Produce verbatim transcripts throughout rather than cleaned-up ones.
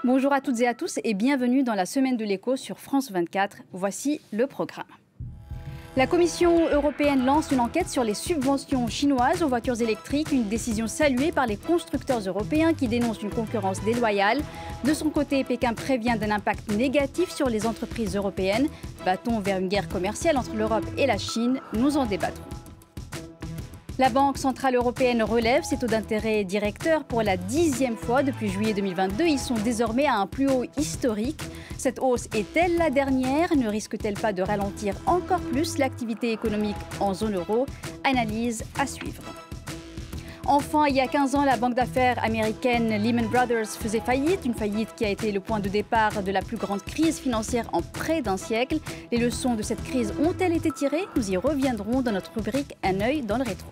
Bonjour à toutes et à tous et bienvenue dans la semaine de l'écho sur France vingt-quatre. Voici le programme. La Commission européenne lance une enquête sur les subventions chinoises aux voitures électriques, une décision saluée par les constructeurs européens qui dénoncent une concurrence déloyale. De son côté, Pékin prévient d'un impact négatif sur les entreprises européennes. Va-t-on vers une guerre commerciale entre l'Europe et la Chine? Nous en débattrons. La Banque centrale européenne relève ses taux d'intérêt directeurs pour la dixième fois depuis juillet deux mille vingt-deux. Ils sont désormais à un plus haut historique. Cette hausse est-elle la dernière? Ne risque-t-elle pas de ralentir encore plus l'activité économique en zone euro? Analyse à suivre. Enfin, il y a quinze ans, la banque d'affaires américaine Lehman Brothers faisait faillite, une faillite qui a été le point de départ de la plus grande crise financière en près d'un siècle. Les leçons de cette crise ont-elles été tirées? Nous y reviendrons dans notre rubrique Un œil dans le rétro.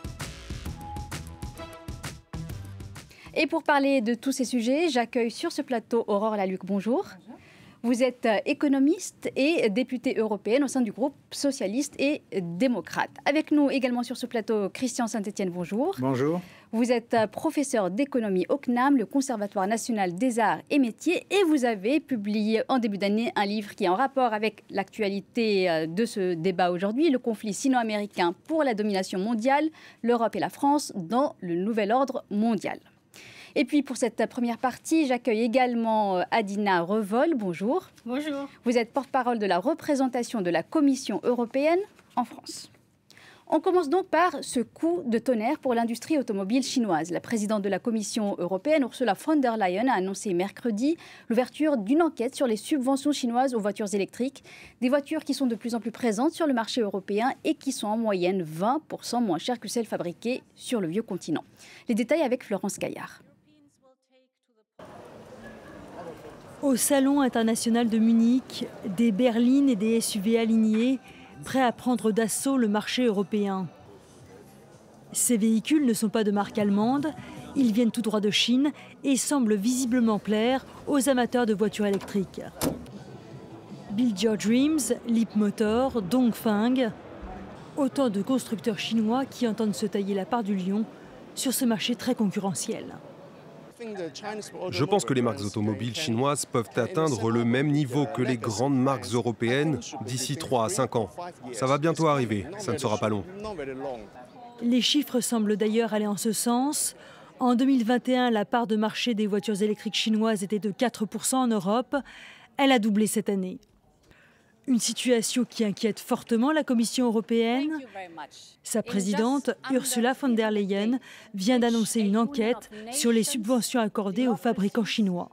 Et pour parler de tous ces sujets, j'accueille sur ce plateau Aurore Laluc. Bonjour. Bonjour. Vous êtes économiste et députée européenne au sein du groupe socialiste et démocrate. Avec nous également sur ce plateau, Christian Saint-Etienne, bonjour. Bonjour. Vous êtes professeur d'économie au C N A M, le Conservatoire national des arts et métiers, et vous avez publié en début d'année un livre qui est en rapport avec l'actualité de ce débat aujourd'hui, le conflit sino-américain pour la domination mondiale, l'Europe et la France dans le nouvel ordre mondial. Et puis pour cette première partie, j'accueille également Adina Revol. Bonjour. Bonjour. Vous êtes porte-parole de la représentation de la Commission européenne en France. On commence donc par ce coup de tonnerre pour l'industrie automobile chinoise. La présidente de la Commission européenne, Ursula von der Leyen, a annoncé mercredi l'ouverture d'une enquête sur les subventions chinoises aux voitures électriques. Des voitures qui sont de plus en plus présentes sur le marché européen et qui sont en moyenne vingt pour cent moins chères que celles fabriquées sur le vieux continent. Les détails avec Florence Gaillard. Au Salon international de Munich, des berlines et des S U V alignés, prêts à prendre d'assaut le marché européen. Ces véhicules ne sont pas de marque allemande, ils viennent tout droit de Chine et semblent visiblement plaire aux amateurs de voitures électriques. Build Your Dreams, Leapmotor, Dongfeng, autant de constructeurs chinois qui entendent se tailler la part du lion sur ce marché très concurrentiel. Je pense que les marques automobiles chinoises peuvent atteindre le même niveau que les grandes marques européennes d'ici trois à cinq ans. Ça va bientôt arriver, ça ne sera pas long. Les chiffres semblent d'ailleurs aller en ce sens. En deux mille vingt et un, la part de marché des voitures électriques chinoises était de quatre pour cent en Europe. Elle a doublé cette année. Une situation qui inquiète fortement la Commission européenne. Sa présidente, Ursula von der Leyen, vient d'annoncer une enquête sur les subventions accordées aux fabricants chinois.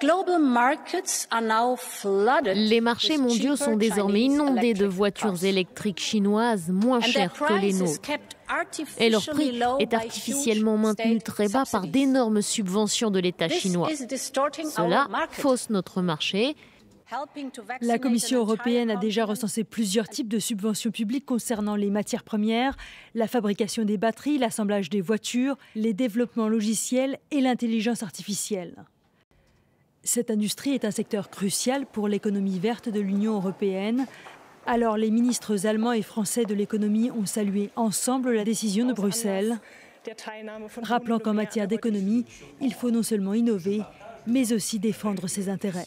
Les marchés mondiaux sont désormais inondés de voitures électriques chinoises moins chères que les nôtres. Et leur prix est artificiellement maintenu très bas par d'énormes subventions de l'État chinois. Cela fausse notre marché. La Commission européenne a déjà recensé plusieurs types de subventions publiques concernant les matières premières, la fabrication des batteries, l'assemblage des voitures, les développements logiciels et l'intelligence artificielle. Cette industrie est un secteur crucial pour l'économie verte de l'Union européenne. Alors les ministres allemands et français de l'économie ont salué ensemble la décision de Bruxelles, rappelant qu'en matière d'économie, il faut non seulement innover, mais aussi défendre ses intérêts.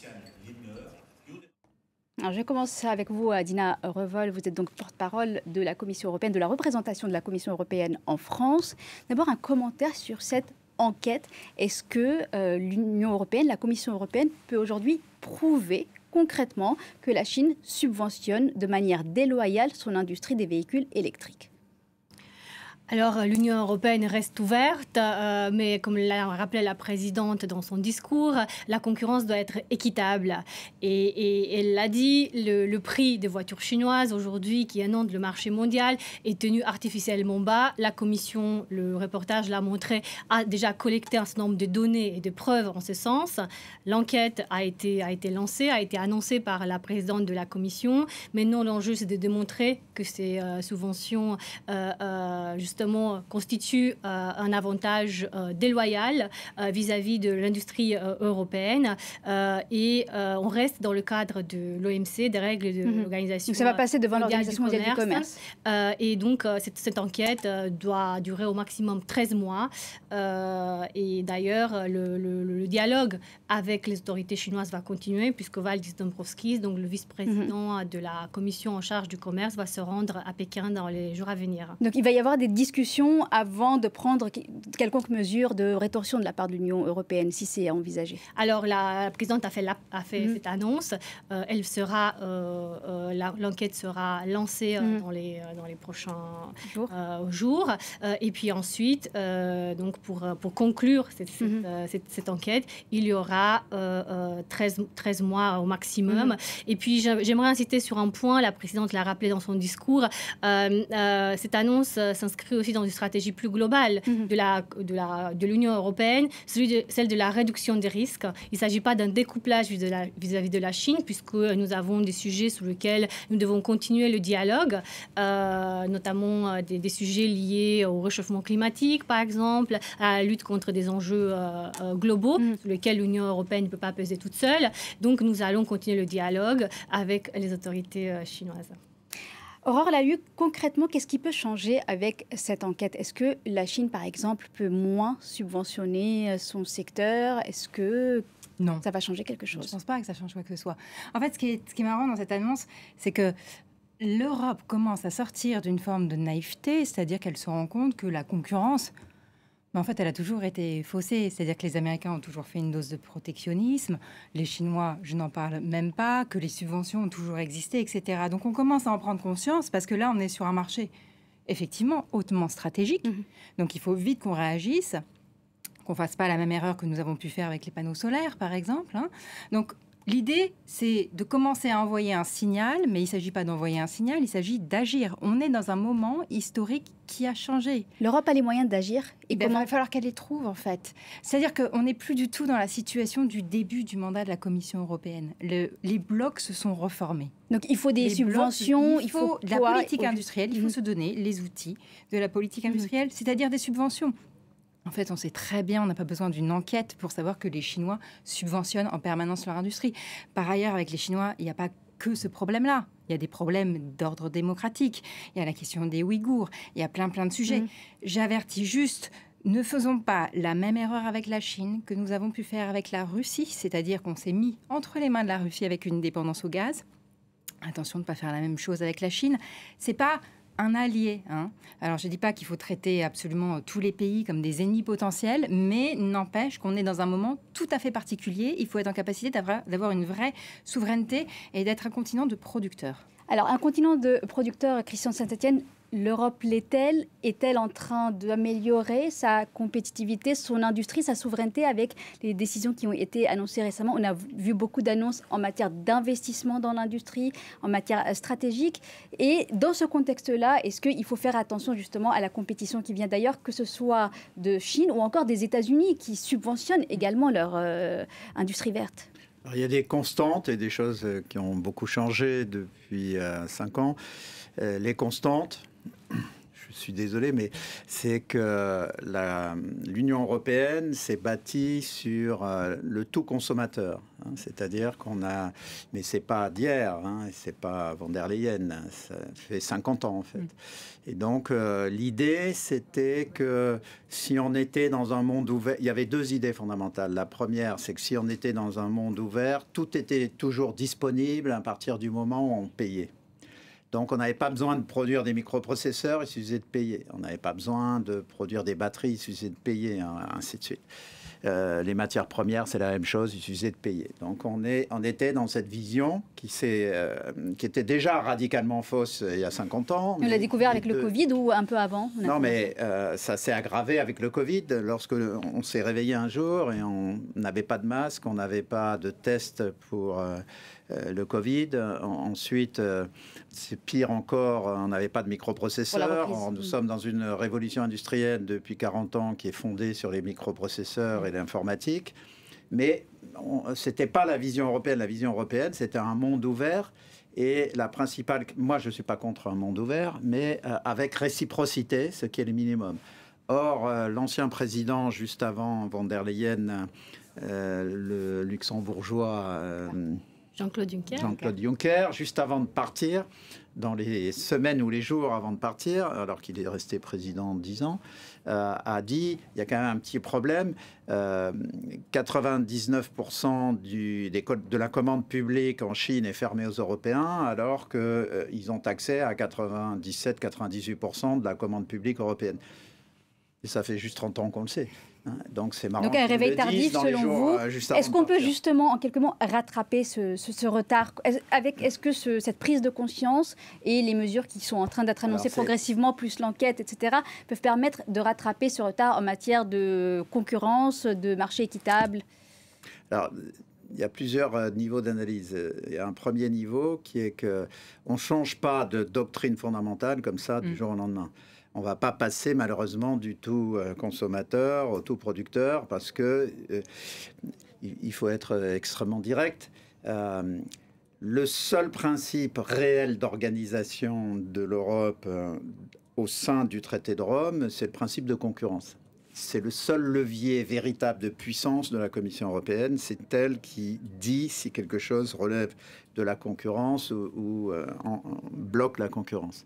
Alors, je commence avec vous, Adina Revol. Vous êtes donc porte-parole de la Commission européenne, de la représentation de la Commission européenne en France. D'abord, un commentaire sur cette enquête. Est-ce que euh, l'Union européenne, la Commission européenne, peut aujourd'hui prouver concrètement que la Chine subventionne de manière déloyale son industrie des véhicules électriques ? Alors, l'Union européenne reste ouverte, euh, mais comme l'a rappelé la présidente dans son discours, la concurrence doit être équitable. Et, et elle l'a dit, le, le prix des voitures chinoises aujourd'hui qui inondent le marché mondial est tenu artificiellement bas. La Commission, le reportage l'a montré, a déjà collecté un certain nombre de données et de preuves en ce sens. L'enquête a été, a été lancée, a été annoncée par la présidente de la Commission. Maintenant, l'enjeu, c'est de démontrer que ces euh, subventions, euh, euh, justement, justement constitue euh, un avantage euh, déloyal euh, vis-à-vis de l'industrie euh, européenne. Euh, et euh, on reste dans le cadre de l'O M C, des règles de mmh. l'Organisation. Donc ça va passer devant l'Organisation mondiale du commerce. Euh, et donc euh, cette, cette enquête euh, doit durer au maximum treize mois. Euh, et d'ailleurs, le, le, le dialogue avec les autorités chinoises va continuer puisque Valdis Dombrovskis, donc le vice-président mmh. de la commission en charge du commerce, va se rendre à Pékin dans les jours à venir. Donc il va y avoir des discussions avant de prendre quelconque mesure de rétorsion de la part de l'Union européenne, si c'est envisagé. Alors la, la présidente a fait, la, a fait mmh. cette annonce. Euh, elle sera, euh, euh, l'enquête sera lancée mmh. dans, les, dans les prochains jours. Euh, jours. Euh, et puis ensuite, euh, donc pour, pour conclure cette, cette, mmh. euh, cette, cette enquête, il y aura euh, euh, treize, treize mois au maximum. Mmh. Et puis j'aimerais insister sur un point, la présidente l'a rappelé dans son discours. Euh, euh, cette annonce euh, s'inscrit aussi dans une stratégie plus globale mmh. de la, de la, de l'Union européenne, celui de, celle de la réduction des risques. Il ne s'agit pas d'un découplage vis-à-vis de la Chine, puisque nous avons des sujets sur lesquels nous devons continuer le dialogue, euh, notamment euh, des, des sujets liés au réchauffement climatique, par exemple, à la lutte contre des enjeux euh, euh, globaux, mmh. sur lesquels l'Union européenne ne peut pas peser toute seule. Donc nous allons continuer le dialogue avec les autorités euh, chinoises. Aurore Lahue, concrètement, qu'est-ce qui peut changer avec cette enquête? Est-ce que la Chine, par exemple, peut moins subventionner son secteur? Est-ce que non. ça va changer quelque chose? Je ne pense pas que ça change quoi que ce soit. En fait, ce qui est, ce qui est marrant dans cette annonce, c'est que l'Europe commence à sortir d'une forme de naïveté, c'est-à-dire qu'elle se rend compte que la concurrence... Mais en fait, elle a toujours été faussée. C'est-à-dire que les Américains ont toujours fait une dose de protectionnisme. Les Chinois, je n'en parle même pas. Que les subventions ont toujours existé, et cetera. Donc, on commence à en prendre conscience parce que là, on est sur un marché, effectivement, hautement stratégique. Mmh. Donc, il faut vite qu'on réagisse, qu'on ne fasse pas la même erreur que nous avons pu faire avec les panneaux solaires, par exemple. Hein. Donc, l'idée, c'est de commencer à envoyer un signal, mais il ne s'agit pas d'envoyer un signal, il s'agit d'agir. On est dans un moment historique qui a changé. L'Europe a les moyens d'agir et ben, comment... Il va falloir qu'elle les trouve, en fait. C'est-à-dire qu'on n'est plus du tout dans la situation du début du mandat de la Commission européenne. Le, les blocs se sont reformés. Donc il faut des les subventions, blocs, il faut, il faut de la politique industrielle, il faut mmh. se donner les outils de la politique industrielle, mmh. c'est-à-dire des subventions. En fait, on sait très bien, on n'a pas besoin d'une enquête pour savoir que les Chinois subventionnent en permanence leur industrie. Par ailleurs, avec les Chinois, il n'y a pas que ce problème-là. Il y a des problèmes d'ordre démocratique. Il y a la question des Ouïghours. Il y a plein, plein de sujets. Mmh. J'avertis juste, ne faisons pas la même erreur avec la Chine que nous avons pu faire avec la Russie, c'est-à-dire qu'on s'est mis entre les mains de la Russie avec une dépendance au gaz. Attention de ne pas faire la même chose avec la Chine. C'est pas... un allié. Hein. Alors, je ne dis pas qu'il faut traiter absolument tous les pays comme des ennemis potentiels, mais n'empêche qu'on est dans un moment tout à fait particulier. Il faut être en capacité d'avoir, d'avoir une vraie souveraineté et d'être un continent de producteurs. Alors, un continent de producteurs, Christian Saint-Etienne, l'Europe l'est-elle? Est-elle en train d'améliorer sa compétitivité, son industrie, sa souveraineté avec les décisions qui ont été annoncées récemment? On a vu beaucoup d'annonces en matière d'investissement dans l'industrie, en matière stratégique. Et dans ce contexte-là, est-ce qu'il faut faire attention justement à la compétition qui vient d'ailleurs, que ce soit de Chine ou encore des États-Unis qui subventionnent également leur euh, industrie verte? Alors, il y a des constantes et des choses qui ont beaucoup changé depuis euh, cinq ans. Euh, les constantes... Je suis désolé, mais c'est que la, l'Union européenne s'est bâtie sur euh, le tout consommateur. Hein, c'est-à-dire qu'on a... Mais c'est pas d'hier, hein, c'est pas von der Leyen, ça fait cinquante ans en fait. Mm. Et donc euh, l'idée, c'était que si on était dans un monde ouvert... Il y avait deux idées fondamentales. La première, c'est que si on était dans un monde ouvert, tout était toujours disponible à partir du moment où on payait. Donc, on n'avait pas besoin de produire des microprocesseurs, il suffisait de payer. On n'avait pas besoin de produire des batteries, il suffisait de payer, hein, ainsi de suite. Euh, les matières premières, c'est la même chose, il suffisait de payer. Donc, on, est, on était dans cette vision qui, s'est, euh, qui était déjà radicalement fausse il y a cinquante ans. On l'a découvert avec de... le Covid ou un peu avant? Non, mais euh, ça s'est aggravé avec le Covid. Lorsque on s'est réveillé un jour et on n'avait pas de masque, on n'avait pas de test pour... Euh, le Covid. Ensuite, c'est pire encore, on n'avait pas de microprocesseurs. Or, nous sommes dans une révolution industrielle depuis quarante ans qui est fondée sur les microprocesseurs et l'informatique. Mais ce n'était pas la vision européenne. La vision européenne, c'était un monde ouvert. Et la principale, moi je ne suis pas contre un monde ouvert, mais euh, avec réciprocité, ce qui est le minimum. Or, euh, l'ancien président, juste avant von der Leyen, euh, le luxembourgeois euh, Jean-Claude Juncker. Jean-Claude Juncker, juste avant de partir, dans les semaines ou les jours avant de partir, alors qu'il est resté président dix ans, euh, a dit il y a quand même un petit problème. Euh, quatre-vingt-dix-neuf pour cent du, des, de la commande publique en Chine est fermée aux Européens, alors qu'ils euh, ont accès à quatre-vingt-dix-sept à quatre-vingt-dix-huit pour cent de la commande publique européenne. Et ça fait juste trente ans qu'on le sait. Donc c'est marrant. Donc un réveil tardif selon jours, vous. Euh, Est-ce qu'on peut justement, en quelques mots, rattraper ce, ce, ce retard est avec, Est-ce que ce, cette prise de conscience et les mesures qui sont en train d'être annoncées Alors, progressivement, plus l'enquête, et cetera, peuvent permettre de rattraper ce retard en matière de concurrence, de marché équitable? Alors, il y a plusieurs niveaux d'analyse. Il y a un premier niveau qui est qu'on ne change pas de doctrine fondamentale comme ça du mmh. jour au lendemain. On ne va pas passer malheureusement du tout consommateur au tout producteur parce que euh, il faut être extrêmement direct. Euh, le seul principe réel d'organisation de l'Europe euh, au sein du traité de Rome, c'est le principe de concurrence. C'est le seul levier véritable de puissance de la Commission européenne. C'est elle qui dit si quelque chose relève de la concurrence ou, ou euh, en, en bloque la concurrence.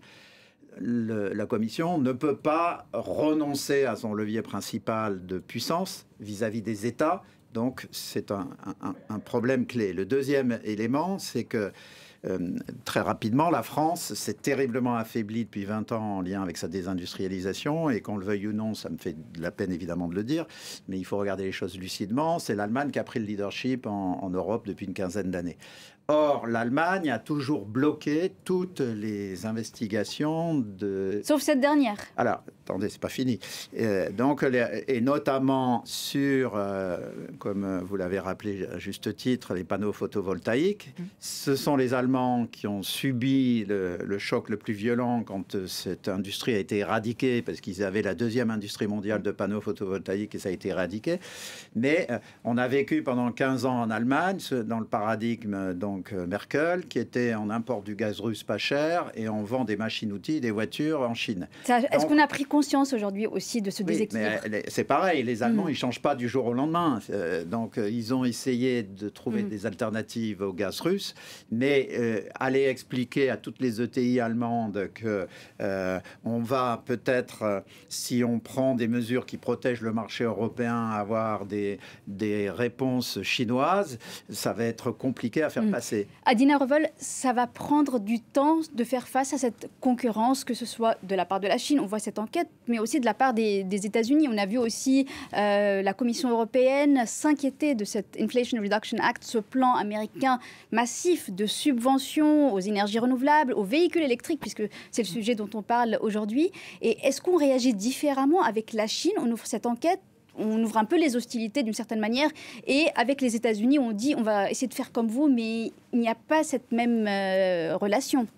Le, la Commission ne peut pas renoncer à son levier principal de puissance vis-à-vis des États. Donc, c'est un, un, un problème clé. Le deuxième élément, c'est que euh, très rapidement, la France s'est terriblement affaiblie depuis vingt ans en lien avec sa désindustrialisation. Et qu'on le veuille ou non, ça me fait de la peine évidemment de le dire, mais il faut regarder les choses lucidement. C'est l'Allemagne qui a pris le leadership en, en Europe depuis une quinzaine d'années. Or, l'Allemagne a toujours bloqué toutes les investigations de... Sauf cette dernière. Alors, attendez, c'est pas fini. Euh, donc, les, et notamment sur, euh, comme vous l'avez rappelé à juste titre, les panneaux photovoltaïques. Mmh. Ce sont les Allemands qui ont subi le, le choc le plus violent quand cette industrie a été éradiquée, parce qu'ils avaient la deuxième industrie mondiale de panneaux photovoltaïques et ça a été éradiqué. Mais euh, on a vécu pendant quinze ans en Allemagne, dans le paradigme... Donc, Donc Merkel, qui était en import du gaz russe pas cher et on vend des machines-outils, des voitures en Chine. Est-ce qu'on a pris conscience aujourd'hui aussi de ce oui, déséquilibre? C'est pareil, les Allemands, mmh. ils ne changent pas du jour au lendemain. Euh, donc ils ont essayé de trouver mmh. des alternatives au gaz russe, mais euh, aller expliquer à toutes les E T I allemandes que euh, on va peut-être, euh, si on prend des mesures qui protègent le marché européen, avoir des, des réponses chinoises, ça va être compliqué à faire mmh. passer. Adina Rövel, ça va prendre du temps de faire face à cette concurrence, que ce soit de la part de la Chine, on voit cette enquête, mais aussi de la part des, des États-Unis. On a vu aussi euh, la Commission européenne s'inquiéter de cet Inflation Reduction Act, ce plan américain massif de subventions aux énergies renouvelables, aux véhicules électriques, puisque c'est le sujet dont on parle aujourd'hui. Et est-ce qu'on réagit différemment avec la Chine? On ouvre cette enquête, on ouvre un peu les hostilités d'une certaine manière. Et avec les États-Unis, on dit on va essayer de faire comme vous, mais il n'y a pas cette même euh, relation.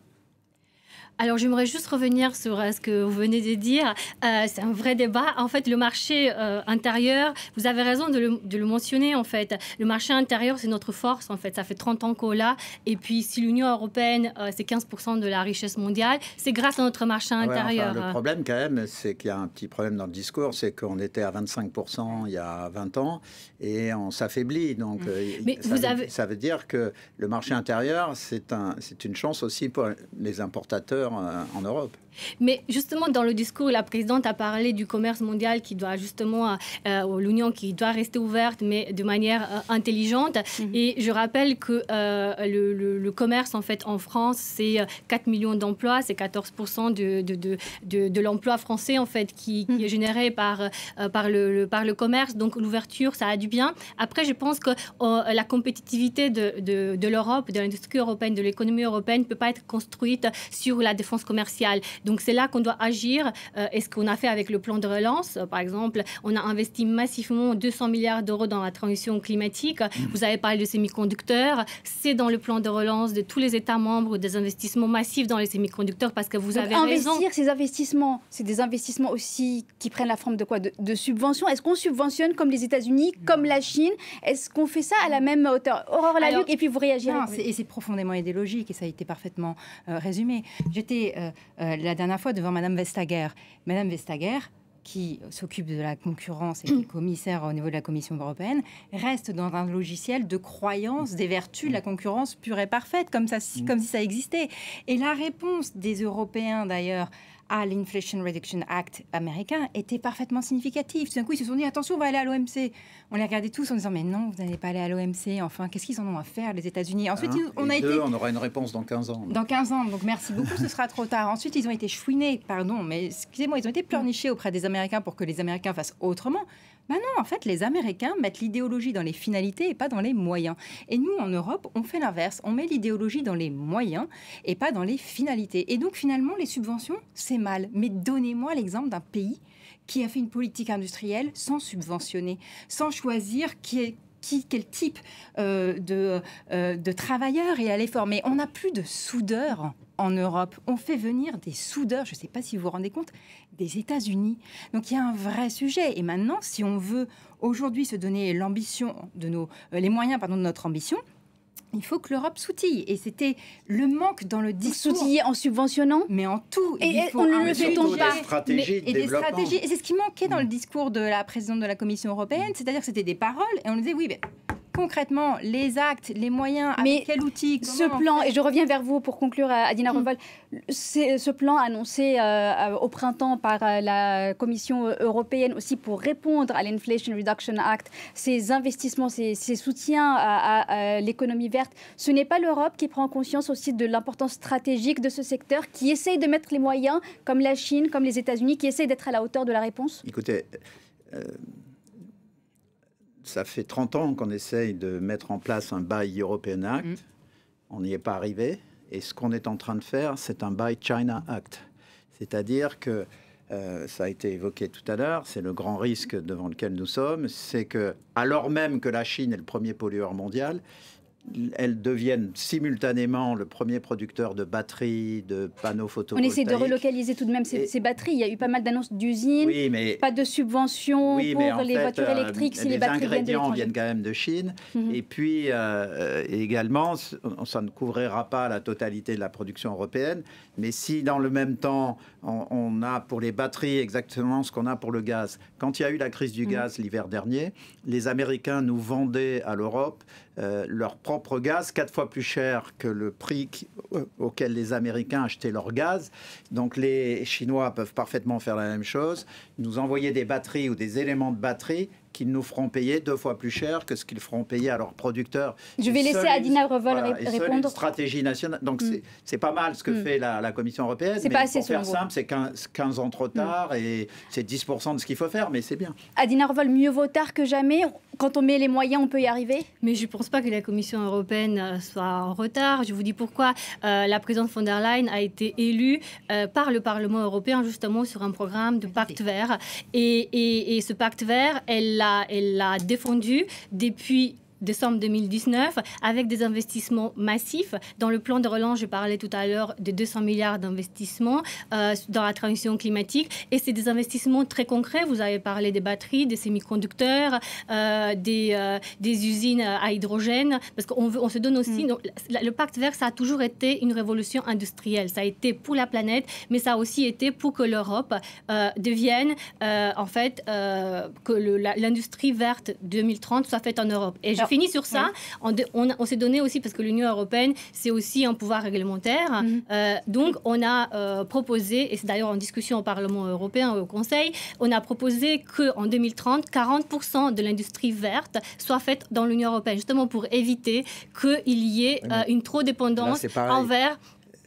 Alors, j'aimerais juste revenir sur ce que vous venez de dire. Euh, c'est un vrai débat. En fait, le marché euh, intérieur, vous avez raison de le, de le mentionner, en fait. Le marché intérieur, c'est notre force, en fait. Ça fait trente ans qu'on l'a. Et puis, si l'Union européenne, euh, c'est quinze pour cent de la richesse mondiale, c'est grâce à notre marché intérieur. Ouais, enfin, le problème, quand même, c'est qu'il y a un petit problème dans le discours, c'est qu'on était à vingt-cinq pour cent il y a vingt ans et on s'affaiblit. Donc, mmh. Mais ça, vous veut, avez... ça veut dire que le marché intérieur, c'est un, c'est une chance aussi pour les importateurs en Europe. Mais justement, dans le discours, la présidente a parlé du commerce mondial qui doit justement, euh, l'Union qui doit rester ouverte, mais de manière euh, intelligente. Mm-hmm. Et je rappelle que euh, le, le, le commerce, en fait, en France, c'est quatre millions d'emplois, c'est quatorze pour cent de, de, de, de, de l'emploi français, en fait, qui, qui mm-hmm. est généré par, euh, par, le, le, par le commerce. Donc, l'ouverture, ça a du bien. Après, je pense que euh, la compétitivité de, de, de l'Europe, de l'industrie européenne, de l'économie européenne, ne peut pas être construite sur la défense commerciale. Donc c'est là qu'on doit agir. Euh, et ce qu'on a fait avec le plan de relance, euh, par exemple, on a investi massivement deux cents milliards d'euros dans la transition climatique. Mmh. Vous avez parlé de semi-conducteurs. C'est dans le plan de relance de tous les États membres des investissements massifs dans les semi-conducteurs parce que vous Donc, avez investir, raison. Ces investissements, c'est des investissements aussi qui prennent la forme de quoi? De, de subventions. Est-ce qu'on subventionne comme les États-Unis, comme la Chine? Est-ce qu'on fait ça à la même hauteur? Aurore Lalucq, et puis vous réagirez. Non, et c'est profondément idéologique et ça a été parfaitement euh, résumé. J'étais euh, euh, la dernière fois devant Madame Vestager. Madame Vestager, qui s'occupe de la concurrence et qui est commissaire au niveau de la Commission européenne, reste dans un logiciel de croyance des vertus de la concurrence pure et parfaite, comme, ça, comme si ça existait. Et la réponse des Européens, d'ailleurs, à l'Inflation Reduction Act américain était parfaitement significative. Tout d'un coup, ils se sont dit, attention, on va aller à l'O M C. On les regardait tous en disant, mais non, vous n'allez pas aller à l'O M C. Enfin, qu'est-ce qu'ils en ont à faire, les États-Unis? Ensuite, hein, on a deux, été... on aura une réponse dans quinze ans. Dans quinze ans, donc merci beaucoup, ce sera trop tard. Ensuite, ils ont été chouinés, pardon, mais excusez-moi, ils ont été pleurnichés auprès des Américains pour que les Américains fassent autrement. Ben non, en fait, les Américains mettent l'idéologie dans les finalités et pas dans les moyens. Et nous, en Europe, on fait l'inverse. On met l'idéologie dans les moyens et pas dans les finalités. Et donc, finalement, les subventions, c'est mal. Mais donnez-moi l'exemple d'un pays qui a fait une politique industrielle sans subventionner, sans choisir qui est Qui, quel type euh, de, euh, de travailleurs il allait former. On n'a plus de soudeurs en Europe. On fait venir des soudeurs, je ne sais pas si vous vous rendez compte, des États-Unis. Donc il y a un vrai sujet. Et maintenant, si on veut aujourd'hui se donner l'ambition de nos, euh, les moyens pardon, de notre ambition, il faut que l'Europe s'outille. Et c'était le manque dans le discours. S'outiller en subventionnant? Mais en tout. Et, il faut on ne le fait-on pas? Des stratégies de et des développement. stratégies. Et c'est ce qui manquait dans le discours de la présidente de la Commission européenne. C'est-à-dire que c'était des paroles. Et on disait, oui, mais concrètement, les actes, les moyens, mais avec quel outil? Ce plan, et je reviens vers vous pour conclure, Adina Revol, mmh. ce plan annoncé euh, au printemps par euh, la Commission européenne aussi pour répondre à l'Inflation Reduction Act, ces investissements, ces, ces soutiens à, à, à l'économie verte, ce n'est pas l'Europe qui prend conscience aussi de l'importance stratégique de ce secteur, qui essaye de mettre les moyens, comme la Chine, comme les États-Unis, qui essaye d'être à la hauteur de la réponse? Écoutez, euh, ça fait trente ans qu'on essaye de mettre en place un Buy European Act. Mmh. On n'y est pas arrivé. Et ce qu'on est en train de faire, c'est un Buy China Act. C'est-à-dire que, euh, ça a été évoqué tout à l'heure, c'est le grand risque devant lequel nous sommes, c'est que, alors même que la Chine est le premier pollueur mondial, elles deviennent simultanément le premier producteur de batteries, de panneaux photovoltaïques. On essaie de relocaliser tout de même ces, et... ces batteries. Il y a eu pas mal d'annonces d'usines, oui, mais... pas de subventions oui, pour les fait, voitures électriques euh, si les, les batteries ingrédients viennent, viennent quand même de Chine. Mm-hmm. Et puis, euh, également, ça ne couvrira pas la totalité de la production européenne. Mais si, dans le même temps, on, on a pour les batteries exactement ce qu'on a pour le gaz. Quand il y a eu la crise du mm-hmm. gaz l'hiver dernier, les Américains nous vendaient à l'Europe Euh, leur propre gaz, quatre fois plus cher que le prix qui, euh, auquel les Américains achetaient leur gaz. Donc les Chinois peuvent parfaitement faire la même chose, nous envoyer des batteries ou des éléments de batterie qu'ils nous feront payer deux fois plus cher que ce qu'ils feront payer à leurs producteurs. Je vais laisser Adina Revol voilà, répondre. Une stratégie nationale. Donc mm. c'est pas mal ce que mm. fait la, la Commission européenne. C'est mais pas assez pour faire vous. simple, c'est quinze ans trop tard mm. et c'est dix pour cent de ce qu'il faut faire, mais c'est bien. Adina Revol, mieux vaut tard que jamais. Quand on met les moyens, on peut y arriver? Mais je ne pense pas que la Commission européenne soit en retard. Je vous dis pourquoi. Euh, la présidente von der Leyen a été élue euh, par le Parlement européen justement sur un programme de pacte vert. Et, et, et ce pacte vert, elle l'a elle l'a défendu depuis décembre deux mille dix-neuf, avec des investissements massifs. Dans le plan de relance, je parlais tout à l'heure de deux cents milliards d'investissements euh, dans la transition climatique. Et c'est des investissements très concrets. Vous avez parlé des batteries, des semi-conducteurs, euh, des, euh, des usines à hydrogène. Parce qu'on veut, on se donne aussi... Mm. Donc, le pacte vert, ça a toujours été une révolution industrielle. Ça a été pour la planète, mais ça a aussi été pour que l'Europe euh, devienne, euh, en fait, euh, que l'industrie verte deux mille trente soit faite en Europe. Et je Alors, finis sur ça. Oui. On, on, on s'est donné aussi, parce que l'Union européenne, c'est aussi un pouvoir réglementaire. Mm-hmm. euh, donc, on a euh, proposé, et c'est d'ailleurs en discussion au Parlement européen, au Conseil, on a proposé qu'en deux mille trente, quarante pour cent de l'industrie verte soit faite dans l'Union européenne, justement pour éviter qu'il y ait euh, une trop dépendance envers...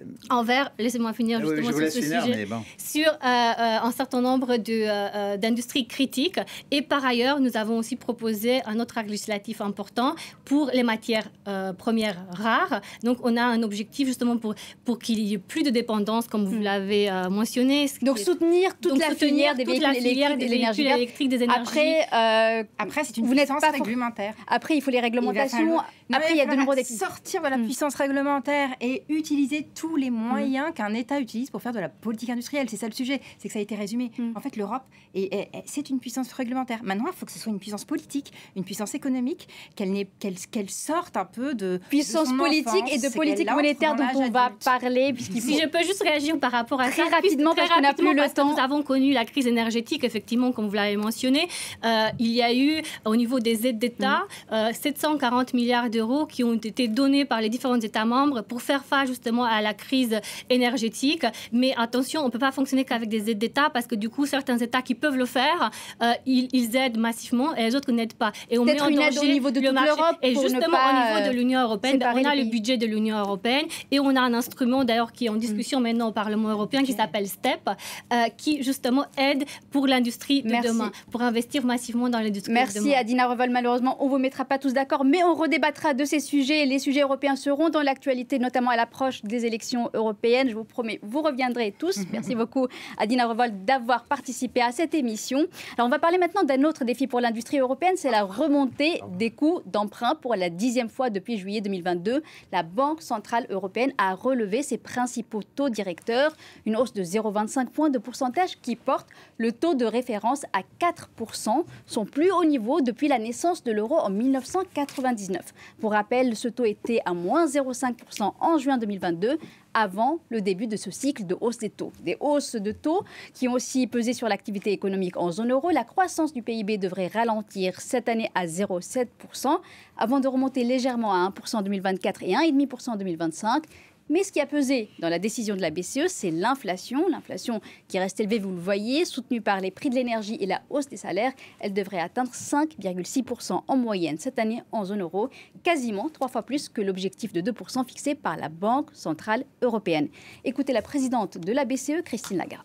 envers, laissez-moi finir justement oui, sur ce finir, sujet, bon. sur euh, euh, un certain nombre de, euh, d'industries critiques. Et par ailleurs, nous avons aussi proposé un autre acte législatif important pour les matières euh, premières rares. Donc, on a un objectif justement pour, pour qu'il y ait plus de dépendance, comme vous mmh. l'avez euh, mentionné. Donc, soutenir toute Donc, la soutenir filière des toute véhicules la filière électriques, des véhicules électriques, des énergies. Après, euh, Après c'est une vous puissance pas réglementaire. Après, il faut les réglementations. Il Après, il y a de nombreux défis. Sortir de la puissance réglementaire et utiliser tous les moyens mmh. qu'un État utilise pour faire de la politique industrielle. C'est ça le sujet, c'est que ça a été résumé. Mmh. En fait, l'Europe, est, est, est, c'est une puissance réglementaire. Maintenant, il faut que ce soit une puissance politique, une puissance économique, qu'elle, n'est, qu'elle, qu'elle sorte un peu de puissance de politique enfance, et de politique monétaire dont on va adulte. parler. Si je peux juste réagir par rapport à très ça. rapidement, très parce qu'on n'a plus le temps. Nous avons connu la crise énergétique, effectivement, comme vous l'avez mentionné. Euh, il y a eu, au niveau des aides d'État, mmh. euh, sept cent quarante milliards d'euros qui ont été donnés par les différents États membres pour faire face justement à la crise énergétique. Mais attention, on ne peut pas fonctionner qu'avec des aides d'État parce que du coup, certains États qui peuvent le faire, euh, ils, ils aident massivement et les autres n'aident pas. Et on Peut-être met en une danger aide au niveau de toute l'Europe. Et justement, pas, au niveau de l'Union européenne, on a le pays. budget de l'Union européenne et on a un instrument d'ailleurs qui est en discussion mmh. maintenant au Parlement européen qui s'appelle STEP, euh, qui justement aide pour l'industrie de Merci. demain, pour investir massivement dans l'industrie Merci de demain. Merci Adina Revol. Malheureusement, on ne vous mettra pas tous d'accord, mais on redébattra de ces sujets. Les sujets européens seront dans l'actualité, notamment à l'approche des élections européennes. Je vous promets, vous reviendrez tous. Merci beaucoup Adina Revol d'avoir participé à cette émission. Alors, on va parler maintenant d'un autre défi pour l'industrie européenne, c'est la remontée des coûts d'emprunt. Pour la dixième fois depuis juillet deux mille vingt-deux, la Banque centrale européenne a relevé ses principaux taux directeurs, une hausse de zéro virgule vingt-cinq points de pourcentage qui porte le taux de référence à quatre pour cent, son plus haut niveau depuis la naissance de l'euro en mille neuf cent quatre-vingt-dix-neuf. Pour rappel, ce taux était à moins zéro virgule cinq pour cent en juin deux mille vingt-deux, avant le début de ce cycle de hausse des taux. Des hausses de taux qui ont aussi pesé sur l'activité économique en zone euro. La croissance du P I B devrait ralentir cette année à zéro virgule sept pour cent, avant de remonter légèrement à un pour cent en deux mille vingt-quatre et un virgule cinq pour cent en deux mille vingt-cinq. Mais ce qui a pesé dans la décision de la B C E, c'est l'inflation. L'inflation qui reste élevée, vous le voyez, soutenue par les prix de l'énergie et la hausse des salaires. Elle devrait atteindre cinq virgule six pour cent en moyenne cette année en zone euro, quasiment trois fois plus que l'objectif de deux pour cent fixé par la Banque centrale européenne. Écoutez la présidente de la B C E, Christine Lagarde.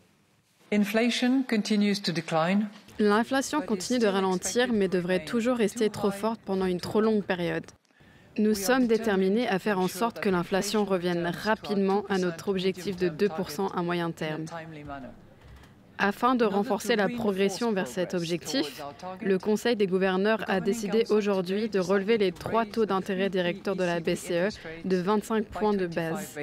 L'inflation continue de ralentir, mais devrait toujours rester trop forte pendant une trop longue période. Nous sommes déterminés à faire en sorte que l'inflation revienne rapidement à notre objectif de deux pour cent à moyen terme. Afin de renforcer la progression vers cet objectif, le Conseil des gouverneurs a décidé aujourd'hui de relever les trois taux d'intérêt directeurs de la B C E de vingt-cinq points de base.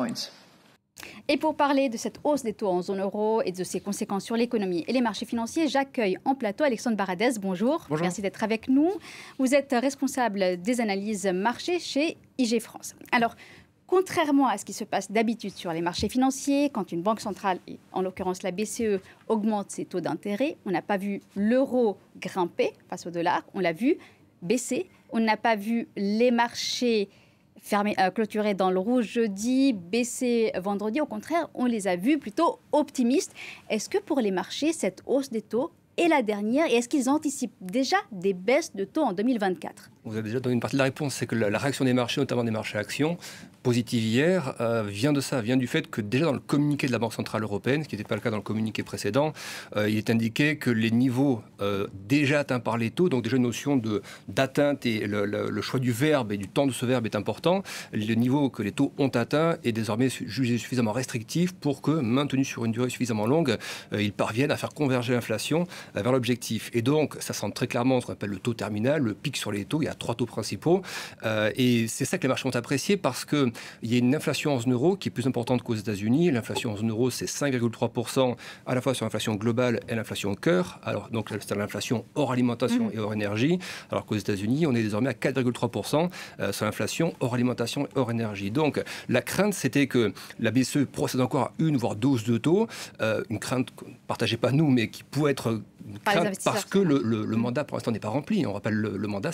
Et pour parler de cette hausse des taux en zone euro et de ses conséquences sur l'économie et les marchés financiers, j'accueille en plateau Alexandre Baradez. Bonjour. Bonjour. Merci d'être avec nous. Vous êtes responsable des analyses marchés chez I G France. Alors, contrairement à ce qui se passe d'habitude sur les marchés financiers, quand une banque centrale, et en l'occurrence la B C E, augmente ses taux d'intérêt, on n'a pas vu l'euro grimper face au dollar, on l'a vu baisser. On n'a pas vu les marchés fermés, euh, clôturés dans le rouge jeudi, baisser vendredi. Au contraire, on les a vus plutôt optimistes. Est-ce que pour les marchés, cette hausse des taux est la dernière et est-ce qu'ils anticipent déjà des baisses de taux en deux mille vingt-quatre ? Vous avez déjà donné une partie de la réponse, c'est que la, la réaction des marchés, notamment des marchés actions, positive hier, euh, vient de ça, vient du fait que déjà dans le communiqué de la Banque centrale européenne, ce qui n'était pas le cas dans le communiqué précédent, euh, il est indiqué que les niveaux euh, déjà atteints par les taux, donc déjà une notion de, d'atteinte et le, le, le choix du verbe et du temps de ce verbe est important, le niveau que les taux ont atteint est désormais jugé suffisamment restrictif pour que, maintenu sur une durée suffisamment longue, euh, ils parviennent à faire converger l'inflation euh, vers l'objectif. Et donc, ça semble très clairement ce qu'on appelle le taux terminal, le pic sur les taux, il y a trois taux principaux, euh, et c'est ça que les marchés ont apprécié parce que il y a une inflation en zone euro qui est plus importante qu'aux États-Unis. L'inflation en zone euro, c'est cinq virgule trois pour cent à la fois sur l'inflation globale et l'inflation cœur. Alors, donc, c'est l'inflation hors alimentation mmh. et hors énergie. Alors qu'aux États-Unis, on est désormais à quatre virgule trois pour cent euh, sur l'inflation hors alimentation et hors énergie. Donc, la crainte, c'était que la B C E procède encore à une, voire deux hausses de taux. Euh, une crainte qu'on ne partageait pas nous, mais qui pouvait être une crainte parce que le, le, le mandat, pour l'instant, n'est pas rempli. On rappelle, le, le mandat, c'est deux pour cent.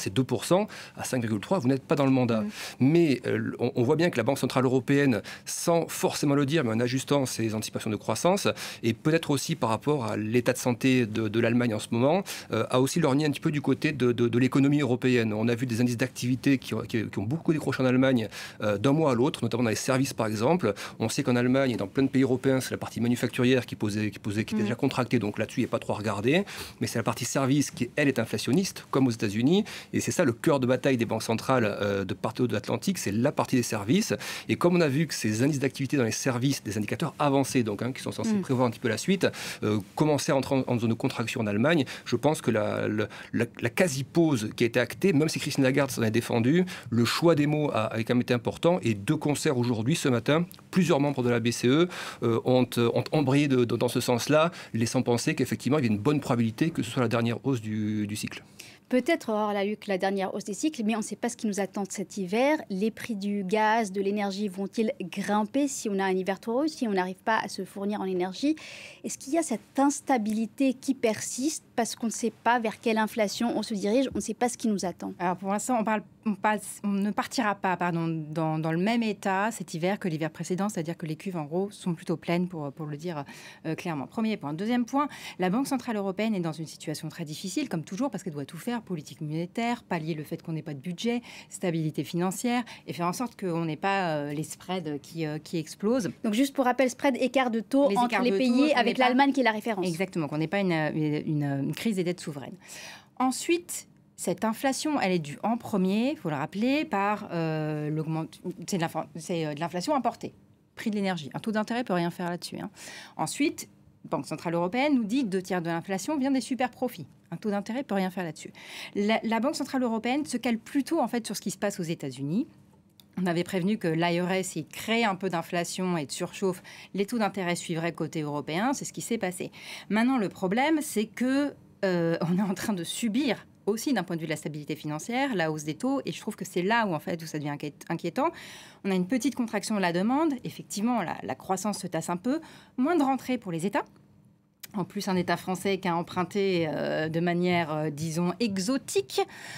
cent, à cinq virgule trois, vous n'êtes pas dans le mandat. Mmh. Mais euh, on, on voit bien que la Banque Centrale Européenne, sans forcément le dire, mais en ajustant ses anticipations de croissance, et peut-être aussi par rapport à l'état de santé de, de l'Allemagne en ce moment, euh, a aussi lorgné un petit peu du côté de, de, de l'économie européenne. On a vu des indices d'activité qui, qui, qui ont beaucoup décroché en Allemagne euh, d'un mois à l'autre, notamment dans les services par exemple. On sait qu'en Allemagne et dans plein de pays européens, c'est la partie manufacturière qui, posait, qui, posait, qui était mmh. déjà contractée, donc là-dessus, il n'y a pas trop à regarder. Mais c'est la partie service qui, elle, est inflationniste, comme aux États-Unis. Et c'est ça le cœur de bataille des banques centrales euh, de part et d'autre de l'Atlantique, c'est la partie des services. Et comme on a vu que ces indices d'activité dans les services, des indicateurs avancés, donc hein, qui sont censés mmh. prévoir un petit peu la suite, euh, commençaient à entrer en, en zone de contraction en Allemagne, je pense que la, la, la, la quasi-pause qui a été actée, même si Christine Lagarde s'en est défendue, le choix des mots a, a quand même été important. Et de concert aujourd'hui, ce matin, plusieurs membres de la B C E euh, ont, ont embrayé de, de, dans ce sens-là, laissant penser qu'effectivement, il y a une bonne probabilité que ce soit la dernière hausse du, du cycle. Peut-être aura la Luc la dernière hausse des cycles, mais on ne sait pas ce qui nous attend cet hiver. Les prix du gaz, de l'énergie vont-ils grimper si on a un hiver trop rude, si on n'arrive pas à se fournir en énergie? Est-ce qu'il y a cette instabilité qui persiste parce qu'on ne sait pas vers quelle inflation on se dirige, on ne sait pas ce qui nous attend? Alors pour l'instant, on, parle, on, passe, on ne partira pas pardon, dans, dans le même état cet hiver que l'hiver précédent, c'est-à-dire que les cuves en gros sont plutôt pleines pour, pour le dire euh, clairement. Premier point. Deuxième point, la Banque Centrale Européenne est dans une situation très difficile, comme toujours, parce qu'elle doit tout faire, politique monétaire, pallier le fait qu'on n'ait pas de budget, stabilité financière, et faire en sorte qu'on n'ait pas euh, les spreads qui, euh, qui explosent. Donc juste pour rappel, spread, écart de taux les entre les pays taux, avec l'Allemagne pas... qui est la référence. Exactement, qu'on n'ait pas une, une, une crise des dettes souveraines. Ensuite, cette inflation, elle est due en premier, il faut le rappeler, par euh, l'augmentation, c'est de l'inflation importée, prix de l'énergie. Un taux d'intérêt ne peut rien faire là-dessus. Hein. Ensuite, Banque Centrale Européenne nous dit que deux tiers de l'inflation vient des super profits. Un taux d'intérêt ne peut rien faire là-dessus. La, la Banque Centrale Européenne se cale plutôt en fait sur ce qui se passe aux États-Unis. On avait prévenu que l'I R S, s'il crée un peu d'inflation et de surchauffe, les taux d'intérêt suivraient côté européen. C'est ce qui s'est passé. Maintenant, le problème, c'est que euh, on est en train de subir aussi d'un point de vue de la stabilité financière, la hausse des taux, et je trouve que c'est là où en fait où ça devient inquiétant. On a une petite contraction de la demande, effectivement la, la croissance se tasse un peu, moins de rentrées pour les États. En plus, un État français qui a emprunté euh, de manière, euh, disons, exotique,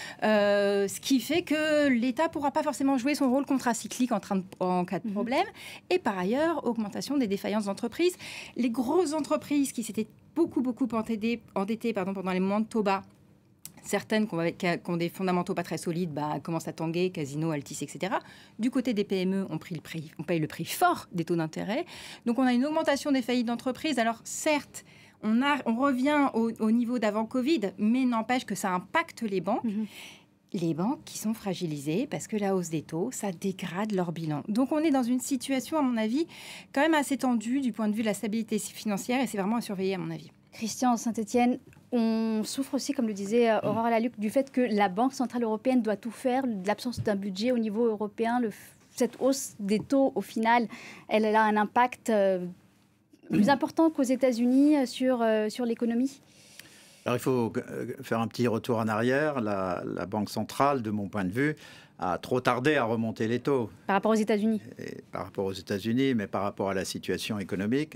euh, ce qui fait que l'État ne pourra pas forcément jouer son rôle contracyclique en, train de, en cas de problème. Mmh. Et par ailleurs, augmentation des défaillances d'entreprises. Les grosses entreprises qui s'étaient beaucoup, beaucoup endettées, endettées pardon, pendant les moments de taux bas, certaines qui ont, qui ont des fondamentaux pas très solides, bah, commencent à tanguer, Casino, Altis, et cetera. Du côté des P M E, on, pris le prix, on paye le prix fort des taux d'intérêt. Donc, on a une augmentation des faillites d'entreprises. Alors, certes, on, a, on revient au, au niveau d'avant Covid, mais n'empêche que ça impacte les banques. Mmh. Les banques qui sont fragilisées parce que la hausse des taux, ça dégrade leur bilan. Donc, on est dans une situation, à mon avis, quand même assez tendue du point de vue de la stabilité financière et c'est vraiment à surveiller, à mon avis. Christian Saint-Etienne, on souffre aussi, comme le disait Aurore Lalucq, du fait que la Banque Centrale Européenne doit tout faire, de l'absence d'un budget au niveau européen. Le, cette hausse des taux, au final, elle, elle a un impact euh, plus important qu'aux États-Unis sur, euh, sur l'économie. Alors, il faut faire un petit retour en arrière. La, la Banque centrale, de mon point de vue, a trop tardé à remonter les taux. Par rapport aux États-Unis. Et par rapport aux États-Unis, mais par rapport à la situation économique.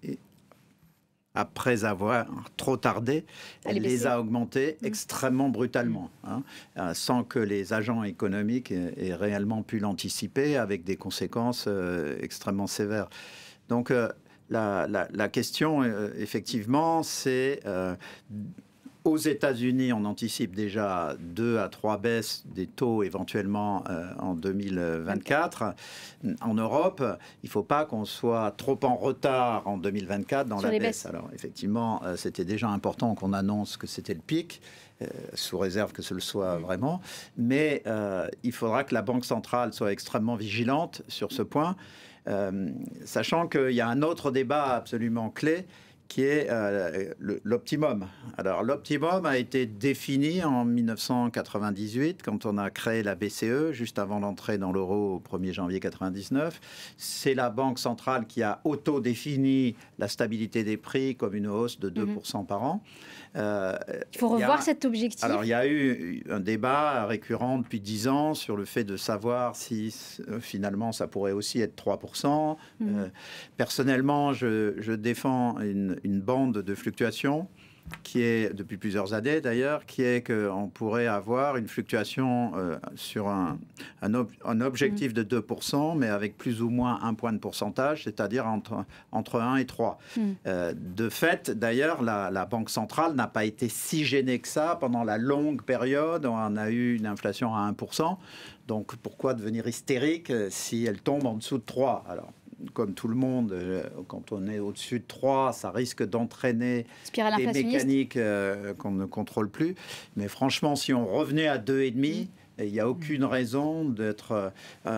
Après avoir trop tardé, elle les a augmentés mmh. extrêmement brutalement, hein, sans que les agents économiques aient réellement pu l'anticiper, avec des conséquences euh, extrêmement sévères. Donc, euh, la, la, la question, euh, effectivement, c'est... Euh, aux États-Unis, on anticipe déjà deux à trois baisses des taux éventuellement euh, en deux mille vingt-quatre. En Europe, il ne faut pas qu'on soit trop en retard en deux mille vingt-quatre dans Sur la baisse. Baisses. Alors effectivement, euh, c'était déjà important qu'on annonce que c'était le pic, euh, sous réserve que ce le soit vraiment. Mais euh, il faudra que la Banque centrale soit extrêmement vigilante sur ce point, euh, sachant qu'il y a un autre débat absolument clé, qui est euh, l'optimum. Alors, l'optimum a été défini en mille neuf cent quatre-vingt-dix-huit, quand on a créé la B C E, juste avant l'entrée dans l'euro au premier janvier quatre-vingt-dix-neuf. C'est la Banque centrale qui a auto-défini la stabilité des prix comme une hausse de deux pour cent mmh. par an. Euh, il faut revoir a, cet objectif. Alors, il y a eu un débat récurrent depuis dix ans sur le fait de savoir si euh, finalement ça pourrait aussi être trois pour cent. Mmh. Euh, personnellement, je, je défends une, une bande de fluctuation qui est, depuis plusieurs années d'ailleurs, qui est qu'on pourrait avoir une fluctuation euh, sur un, un, ob un objectif mmh. de deux pour cent, mais avec plus ou moins un point de pourcentage, c'est-à-dire entre, entre un et trois. Mmh. Euh, de fait, d'ailleurs, la, la Banque centrale n'a pas été si gênée que ça pendant la longue période où on a eu une inflation à un pour cent. Donc pourquoi devenir hystérique si elle tombe en dessous de trois? Alors, comme tout le monde, quand on est au-dessus de trois, ça risque d'entraîner des mécaniques euh, qu'on ne contrôle plus. Mais franchement, si on revenait à deux virgule cinq, il n'y a aucune raison d'être, euh,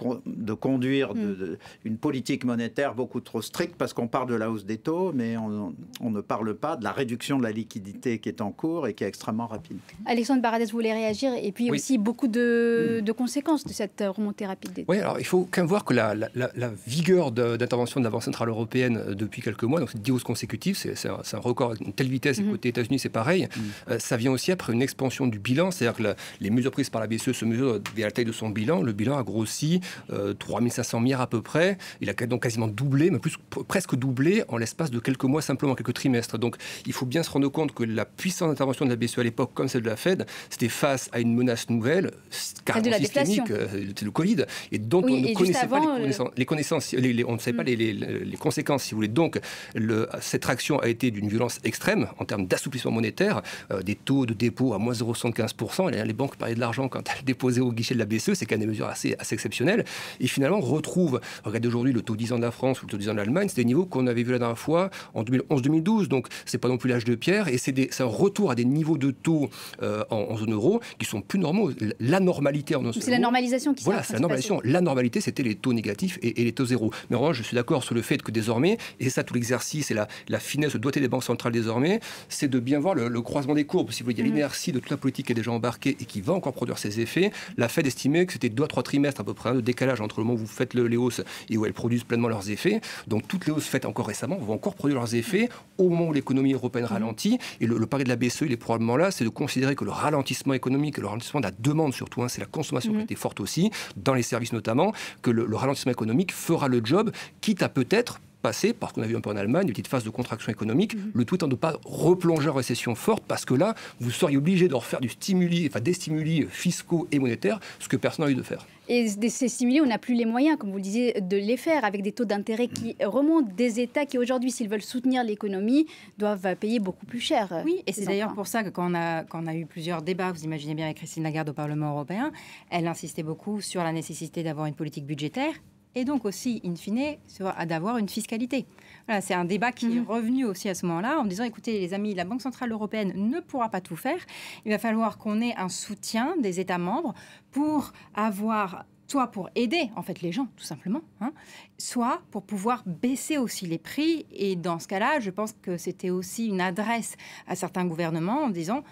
de conduire de, de, une politique monétaire beaucoup trop stricte, parce qu'on parle de la hausse des taux, mais on, on ne parle pas de la réduction de la liquidité qui est en cours et qui est extrêmement rapide. Alexandre Baradès, vous voulez réagir? Et puis oui. aussi beaucoup de, de conséquences de cette remontée rapide des taux. Oui, alors il faut quand même voir que la, la, la vigueur d'intervention de la Banque centrale européenne depuis quelques mois, donc c'est dix hausses consécutives, c'est un, un record à une telle vitesse, et mm-hmm. côté États-Unis c'est pareil, mm-hmm. euh, ça vient aussi après une expansion du bilan, c'est-à-dire que la, les mesures prises par la B C E se mesurent via la taille de son bilan. Le bilan a grossi euh, trois mille cinq cents milliards à peu près. Il a donc quasiment doublé, mais plus, presque doublé en l'espace de quelques mois, simplement quelques trimestres. Donc il faut bien se rendre compte que la puissance d'intervention de la B C E à l'époque, comme celle de la Fed, c'était face à une menace nouvelle, carrément systémique, euh, le Covid, et dont oui, on ne connaissait avant, pas les connaissances, euh... les connaissances les, les, on ne savait mm. pas les, les, les conséquences, si vous voulez. Donc le, cette réaction a été d'une violence extrême en termes d'assouplissement monétaire, euh, des taux de dépôt à moins zéro virgule soixante-quinze pour cent. Les banques parlaient de l'argent quand elles déposé au guichet de la B C E, c'est quand même des mesures assez, assez exceptionnelles. Et finalement, on retrouve, regardez aujourd'hui le taux dix ans de la France ou le taux dix ans de l'Allemagne, c'est des niveaux qu'on avait vus la dernière fois en deux mille onze deux mille douze. Donc, c'est pas non plus l'âge de pierre. Et c'est un retour à des niveaux de taux euh, en, en zone euro qui sont plus normaux. La normalité en zone euro. C'est la normalisation qui s'est Voilà, c'est la normalisation. La normalité, c'était les taux négatifs et, et les taux zéro. Mais en revanche, je suis d'accord sur le fait que désormais, et c'est ça tout l'exercice et la, la finesse, le doigté des banques centrales désormais, c'est de bien voir le, le croisement des courbes. Si vous voulez, il y a mmh. l'inertie de toute la politique qui est déjà embarquée et qui va encore produire ses effets. La Fed estimait que c'était deux à trois trimestres à peu près hein, de décalage entre le moment où vous faites le, les hausses et où elles produisent pleinement leurs effets. Donc toutes les hausses faites encore récemment vont encore produire leurs effets au moment où l'économie européenne ralentit. Et le, le pari de la B C E, il est probablement là, c'est de considérer que le ralentissement économique, le ralentissement de la demande surtout, hein, c'est la consommation mmh. qui était forte aussi, dans les services notamment, que le, le ralentissement économique fera le job, quitte à peut-être passé, parce qu'on a vu un peu en Allemagne, une petite phase de contraction économique, mmh. le tout étant de ne pas replonger en récession forte, parce que là, vous seriez obligé de refaire du stimuli, enfin des stimuli fiscaux et monétaires, ce que personne n'a eu de faire. Et ces stimuli, on n'a plus les moyens, comme vous le disiez, de les faire, avec des taux d'intérêt qui remontent, des États qui aujourd'hui, s'ils veulent soutenir l'économie, doivent payer beaucoup plus cher. Oui, et c'est d'ailleurs pour ça que quand on, a, quand on a eu plusieurs débats, vous imaginez bien avec Christine Lagarde au Parlement européen, elle insistait beaucoup sur la nécessité d'avoir une politique budgétaire, et donc aussi, in fine, d'avoir une fiscalité. Voilà, c'est un débat qui mmh. est revenu aussi à ce moment-là, en disant, écoutez, les amis, la Banque centrale européenne ne pourra pas tout faire. Il va falloir qu'on ait un soutien des États membres pour avoir, soit pour aider, en fait, les gens, tout simplement, hein, soit pour pouvoir baisser aussi les prix. Et dans ce cas-là, je pense que c'était aussi une adresse à certains gouvernements en disant,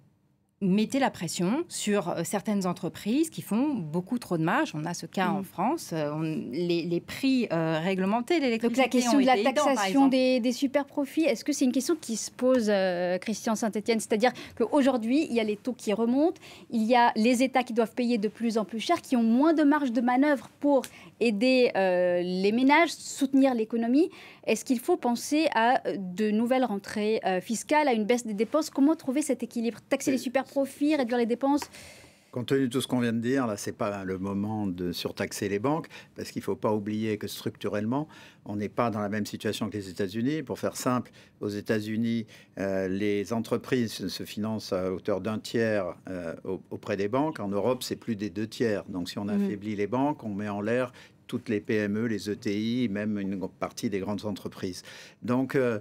mettez la pression sur certaines entreprises qui font beaucoup trop de marge. On a ce cas mmh. en France. On, les, les prix euh, réglementés de l'électricité. Donc la question de la aidants, taxation des, des super profits, est-ce que c'est une question qui se pose, euh, Christian Saint-Etienne? C'est-à-dire qu'aujourd'hui, il y a les taux qui remontent, il y a les États qui doivent payer de plus en plus cher, qui ont moins de marge de manœuvre pour aider euh, les ménages, soutenir l'économie. Est-ce qu'il faut penser à de nouvelles rentrées euh, fiscales, à une baisse des dépenses? Comment trouver cet équilibre? Taxer les super profits, réduire les dépenses? Compte tenu de tout ce qu'on vient de dire, là, ce n'est pas le moment de surtaxer les banques, parce qu'il ne faut pas oublier que structurellement, on n'est pas dans la même situation que les États-Unis. Pour faire simple, aux États-Unis, euh, les entreprises se financent à hauteur d'un tiers euh, auprès des banques. En Europe, c'est plus des deux tiers. Donc si on affaiblit mmh. les banques, on met en l'air toutes les P M E, les E T I, même une partie des grandes entreprises. Donc, euh,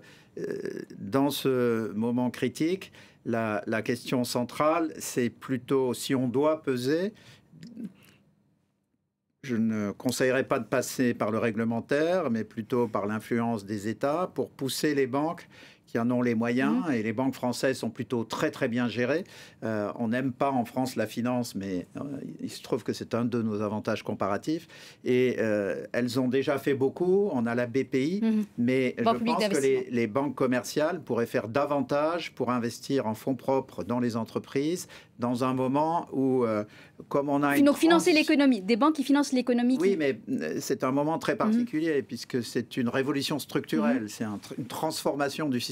dans ce moment critique, la, la question centrale, c'est plutôt si on doit peser. Je ne conseillerais pas de passer par le réglementaire, mais plutôt par l'influence des États pour pousser les banques qui en ont les moyens, mmh. et les banques françaises sont plutôt très très bien gérées. Euh, on n'aime pas en France la finance, mais euh, il se trouve que c'est un de nos avantages comparatifs. Et euh, elles ont déjà fait beaucoup. On a la B P I, mmh. mais Banque je pense que les, les banques commerciales pourraient faire davantage pour investir en fonds propres dans les entreprises, dans un moment où, euh, comme on a... Donc financer l'économie, des banques qui financent l'économie. Oui, qui... mais c'est un moment très particulier, mmh. puisque c'est une révolution structurelle, mmh. c'est un, une transformation du système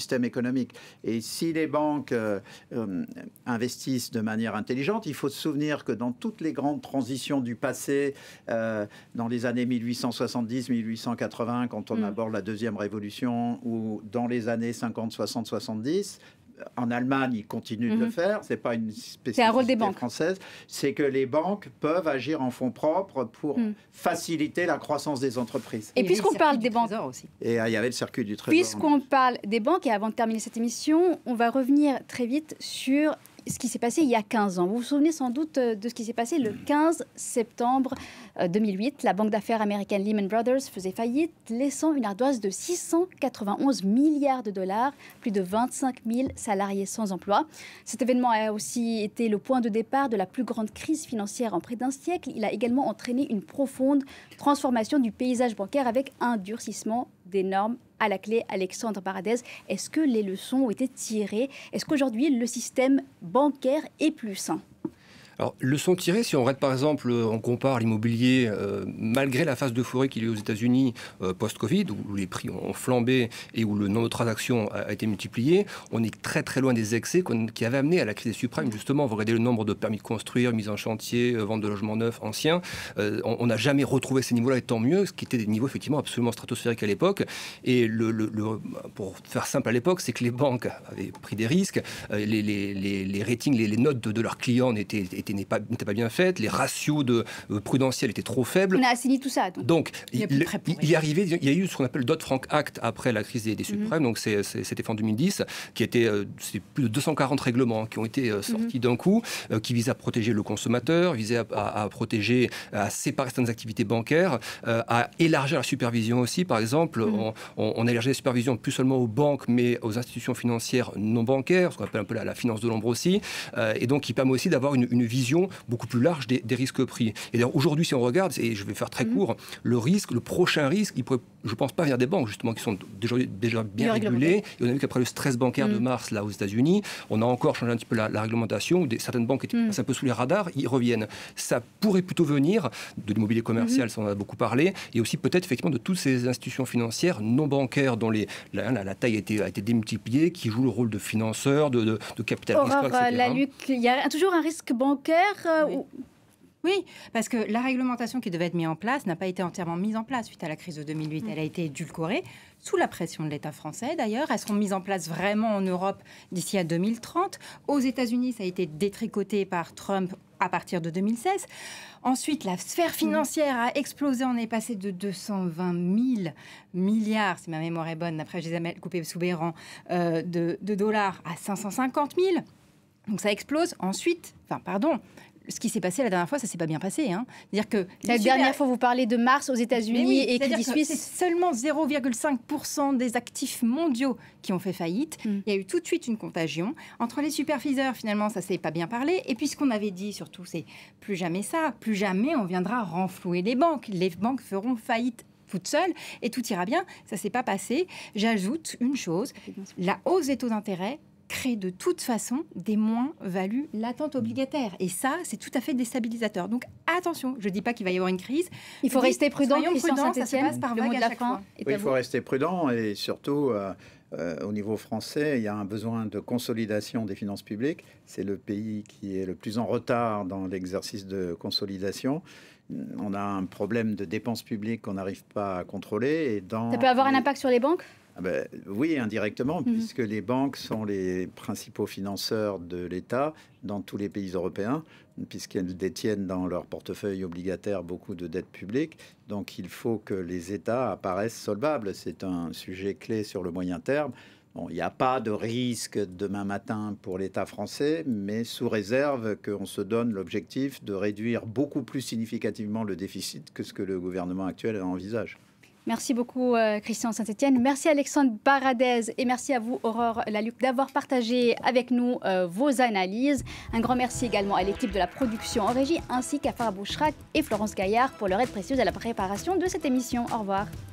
système économique. Et si les banques euh, euh, investissent de manière intelligente, il faut se souvenir que dans toutes les grandes transitions du passé, euh, dans les années mille huit cent soixante-dix mille huit cent quatre-vingts, quand on mmh. aborde la deuxième révolution, ou dans les années cinquante, soixante, soixante-dix, en Allemagne, ils continuent mmh. de le faire. C'est pas une spécificité un rôle des banques. française. C'est que les banques peuvent agir en fonds propres pour mmh. faciliter la croissance des entreprises. Et, et puisqu'on parle des banques aussi. Et euh, il y avait le circuit du Trésor. Puisqu'on parle des banques, et avant de terminer cette émission, on va revenir très vite sur ce qui s'est passé il y a quinze ans. Vous vous souvenez sans doute de ce qui s'est passé le quinze septembre deux mille huit. La banque d'affaires américaine Lehman Brothers faisait faillite, laissant une ardoise de six cent quatre-vingt-onze milliards de dollars, plus de vingt-cinq mille salariés sans emploi. Cet événement a aussi été le point de départ de la plus grande crise financière en près d'un siècle. Il a également entraîné une profonde transformation du paysage bancaire avec un durcissement des normes à la clé. Alexandre Baradez, est-ce que les leçons ont été tirées? Est-ce qu'aujourd'hui, le système bancaire est plus sain? Alors, leçon tirée, si on regarde par exemple, on compare l'immobilier, euh, malgré la phase d'euphorie qu'il y a eu aux États-Unis euh, post-Covid, où les prix ont flambé et où le nombre de transactions a, a été multiplié, on est très très loin des excès qui avaient amené à la crise des subprimes. Justement, vous regardez le nombre de permis de construire, mise en chantier, euh, vente de logements neufs, anciens. Euh, on n'a jamais retrouvé ces niveaux-là, et tant mieux, ce qui étaient des niveaux effectivement absolument stratosphériques à l'époque. Et le, le, le, pour faire simple à l'époque, c'est que les banques avaient pris des risques, euh, les, les, les, les ratings, les, les notes de, de leurs clients n'étaient n'était pas, pas bien faite, les ratios de, euh, prudentiels étaient trop faibles. On a assaini tout ça. Donc, donc il, il, il, y arrivait, il y a eu ce qu'on appelle le Dodd-Frank Act après la crise des, des subprimes, mm-hmm. donc c'est, c'est, c'était fin deux mille dix, qui était euh, c'est plus de deux cent quarante règlements qui ont été euh, sortis mm-hmm. d'un coup, euh, qui visaient à protéger le consommateur, visaient à, à, à protéger, à séparer certaines activités bancaires, euh, à élargir la supervision aussi. Par exemple, mm-hmm. on, on, on élargit la supervision plus seulement aux banques, mais aux institutions financières non bancaires, ce qu'on appelle un peu la, la finance de l'ombre aussi, euh, et donc qui permet aussi d'avoir une, une vision beaucoup plus large des, des risques pris. Et d'ailleurs, aujourd'hui, si on regarde, et je vais faire très mmh. court, le risque, le prochain risque, il pourrait, je ne pense pas venir des banques, justement, qui sont déjà, déjà bien régulées. Et on a vu qu'après le stress bancaire mmh. de mars, là, aux États-Unis, on a encore changé un petit peu la, la réglementation, où des, certaines banques étaient mmh. un peu sous les radars, ils reviennent. Ça pourrait plutôt venir de l'immobilier commercial, mmh. ça on en a beaucoup parlé, et aussi peut-être, effectivement, de toutes ces institutions financières non bancaires dont les, la, la, la taille a été, a été démultipliée, qui jouent le rôle de financeurs, de, de, de capital risque, et cetera. Laluc, il y a toujours un risque bancaire euh, oui. ou... Oui, parce que la réglementation qui devait être mise en place n'a pas été entièrement mise en place suite à la crise de deux mille huit. Mmh. Elle a été édulcorée, sous la pression de l'État français d'ailleurs. Elles seront mises en place vraiment en Europe d'ici à deux mille trente. Aux États-Unis, ça a été détricoté par Trump à partir de deux mille seize. Ensuite, la sphère financière a explosé. On est passé de deux cent vingt mille milliards, si ma mémoire est bonne, d'après Gisèle Coupé-Soubeyran, euh, de, de dollars à cinq cent cinquante mille. Donc ça explose. Ensuite, enfin pardon, ce qui s'est passé la dernière fois, ça s'est pas bien passé. Hein. C'est-à-dire que la super... dernière fois, vous parlez de mars aux États-Unis oui, et Crédit Suisse. C'est seulement zéro virgule cinq pour cent des actifs mondiaux qui ont fait faillite. Mm. Il y a eu tout de suite une contagion. Entre les superviseurs, finalement, ça s'est pas bien parlé. Et puis ce qu'on avait dit surtout, c'est plus jamais ça. Plus jamais on viendra renflouer les banques. Les banques feront faillite toutes seules et tout ira bien. Ça s'est pas passé. J'ajoute une chose, la hausse des taux d'intérêt crée de toute façon des moins-values latentes obligataires. Et ça, c'est tout à fait déstabilisateur. Donc attention, je ne dis pas qu'il va y avoir une crise. Il faut rester prudent, Christian Saint-Etienne, ça se passe par vague à chaque fois. Oui, il faut rester prudent et surtout, euh, euh, au niveau français, il y a un besoin de consolidation des finances publiques. C'est le pays qui est le plus en retard dans l'exercice de consolidation. On a un problème de dépenses publiques qu'on n'arrive pas à contrôler. Et dans ça peut avoir les... un impact sur les banques ? Ah ben, oui, indirectement, mmh. puisque les banques sont les principaux financeurs de l'État dans tous les pays européens, puisqu'elles détiennent dans leur portefeuille obligataire beaucoup de dettes publiques. Donc il faut que les États apparaissent solvables. C'est un sujet clé sur le moyen terme. Bon, il n'y a pas de risque demain matin pour l'État français, mais sous réserve qu'on se donne l'objectif de réduire beaucoup plus significativement le déficit que ce que le gouvernement actuel envisage. Merci beaucoup, euh, Christian Saint-Etienne. Merci, Alexandre Baradez. Et merci à vous, Aurore Laluc, d'avoir partagé avec nous euh, vos analyses. Un grand merci également à l'équipe de la production en régie, ainsi qu'à Farah Bouchrak et Florence Gaillard pour leur aide précieuse à la préparation de cette émission. Au revoir.